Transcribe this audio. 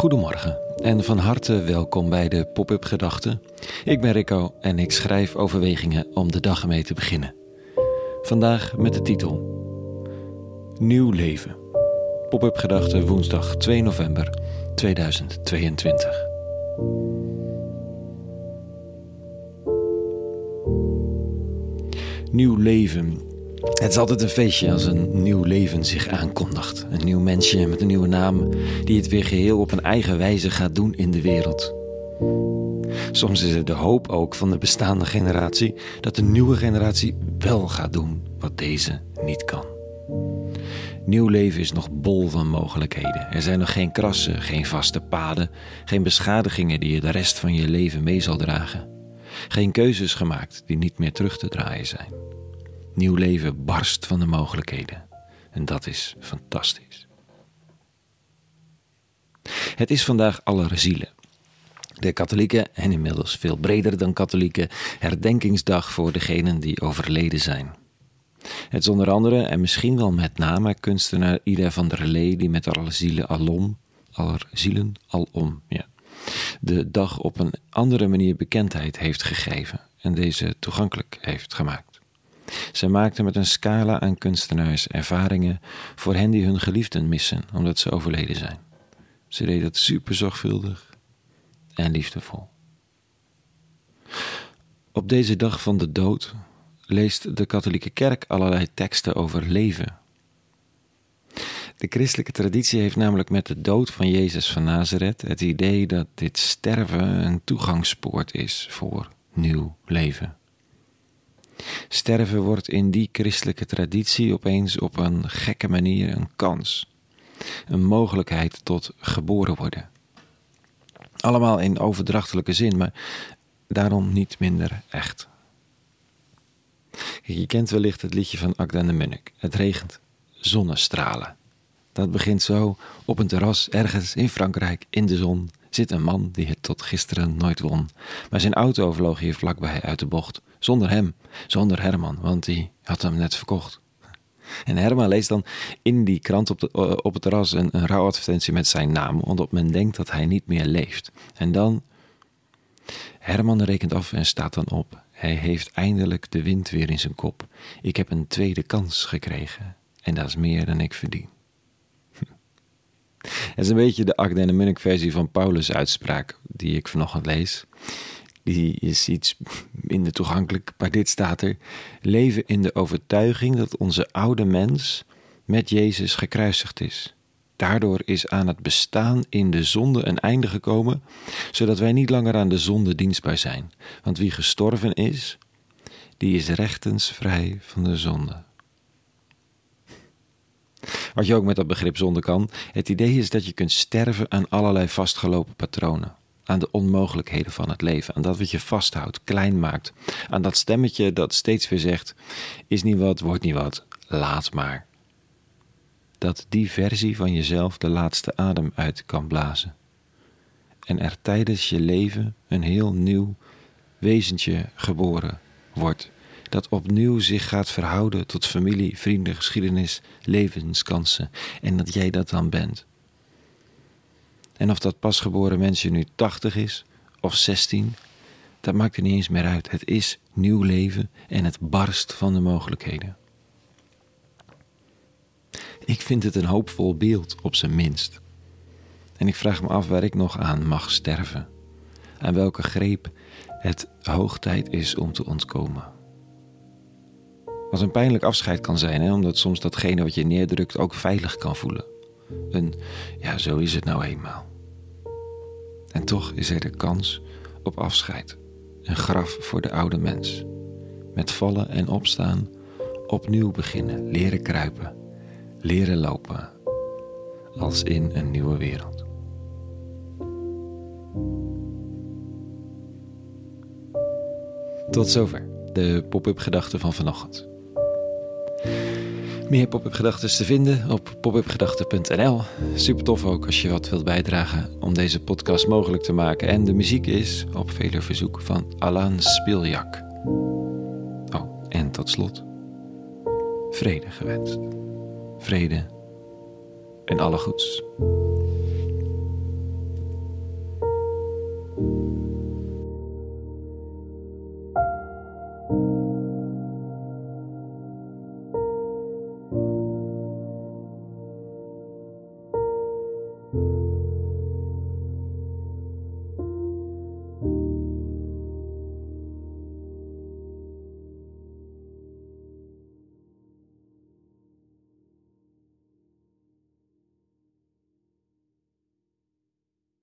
Goedemorgen en van harte welkom bij de Pop-up Gedachten. Ik ben Rico en ik schrijf overwegingen om de dag mee te beginnen. Vandaag met de titel Nieuw leven. Pop-up Gedachten woensdag 2 november 2022. Nieuw leven. Het is altijd een feestje als een nieuw leven zich aankondigt. Een nieuw mensje met een nieuwe naam die het weer geheel op een eigen wijze gaat doen in de wereld. Soms is er de hoop ook van de bestaande generatie dat de nieuwe generatie wel gaat doen wat deze niet kan. Nieuw leven is nog bol van mogelijkheden. Er zijn nog geen krassen, geen vaste paden, geen beschadigingen die je de rest van je leven mee zal dragen. Geen keuzes gemaakt die niet meer terug te draaien zijn. Nieuw leven barst van de mogelijkheden. En dat is fantastisch. Het is vandaag Allerzielen. De katholieke, en inmiddels veel breder dan katholieke, herdenkingsdag voor degenen die overleden zijn. Het is onder andere, en misschien wel met name, kunstenaar Ida van der Lee die met Allerzielen alom, de dag op een andere manier bekendheid heeft gegeven en deze toegankelijk heeft gemaakt. Ze maakte met een scala aan kunstenaars ervaringen voor hen die hun geliefden missen omdat ze overleden zijn. Ze deed dat super zorgvuldig en liefdevol. Op deze dag van de dood leest de katholieke kerk allerlei teksten over leven. De christelijke traditie heeft namelijk met de dood van Jezus van Nazareth het idee dat dit sterven een toegangspoort is voor nieuw leven. Sterven wordt in die christelijke traditie opeens op een gekke manier een kans. Een mogelijkheid tot geboren worden. Allemaal in overdrachtelijke zin, maar daarom niet minder echt. Je kent wellicht het liedje van Akda en de Munnik. Het regent zonnestralen. Dat begint zo: op een terras ergens in Frankrijk in de zon zit een man die het tot gisteren nooit won. Maar zijn auto vloog hier vlakbij uit de bocht. Zonder hem, zonder Herman, want die had hem net verkocht. En Herman leest dan in die krant op het terras een rouwadvertentie met zijn naam, omdat men denkt dat hij niet meer leeft. En dan, Herman rekent af en staat dan op. Hij heeft eindelijk de wind weer in zijn kop. Ik heb een tweede kans gekregen en dat is meer dan ik verdien. Het is een beetje de Akda en de Munnik versie van Paulus' uitspraak die ik vanochtend lees. Die is iets minder toegankelijk, maar dit staat er: leven in de overtuiging dat onze oude mens met Jezus gekruisigd is. Daardoor is aan het bestaan in de zonde een einde gekomen, zodat wij niet langer aan de zonde dienstbaar zijn. Want wie gestorven is, die is rechtens vrij van de zonde. Wat je ook met dat begrip zonde kan, het idee is dat je kunt sterven aan allerlei vastgelopen patronen. Aan de onmogelijkheden van het leven, aan dat wat je vasthoudt, klein maakt. Aan dat stemmetje dat steeds weer zegt: is niet wat, wordt niet wat, laat maar. Dat die versie van jezelf de laatste adem uit kan blazen. En er tijdens je leven een heel nieuw wezentje geboren wordt. Dat opnieuw zich gaat verhouden tot familie, vrienden, geschiedenis, levenskansen. En dat jij dat dan bent. En of dat pasgeboren mensje nu 80 is of 16, dat maakt er niet eens meer uit. Het is nieuw leven en het barst van de mogelijkheden. Ik vind het een hoopvol beeld op zijn minst. En ik vraag me af waar ik nog aan mag sterven. Aan welke greep het hoog tijd is om te ontkomen. Wat een pijnlijk afscheid kan zijn, omdat soms datgene wat je neerdrukt ook veilig kan voelen. Zo is het nou eenmaal. En toch is er de kans op afscheid. Een graf voor de oude mens. Met vallen en opstaan, opnieuw beginnen, leren kruipen, leren lopen. Als in een nieuwe wereld. Tot zover de pop-up gedachten van vanochtend. Meer pop-up gedachten te vinden op popupgedachten.nl. Super tof ook als je wat wilt bijdragen om deze podcast mogelijk te maken. En de muziek is op vele verzoek van Alain Spiljak. Oh, en tot slot, vrede gewenst. Vrede en alle goeds.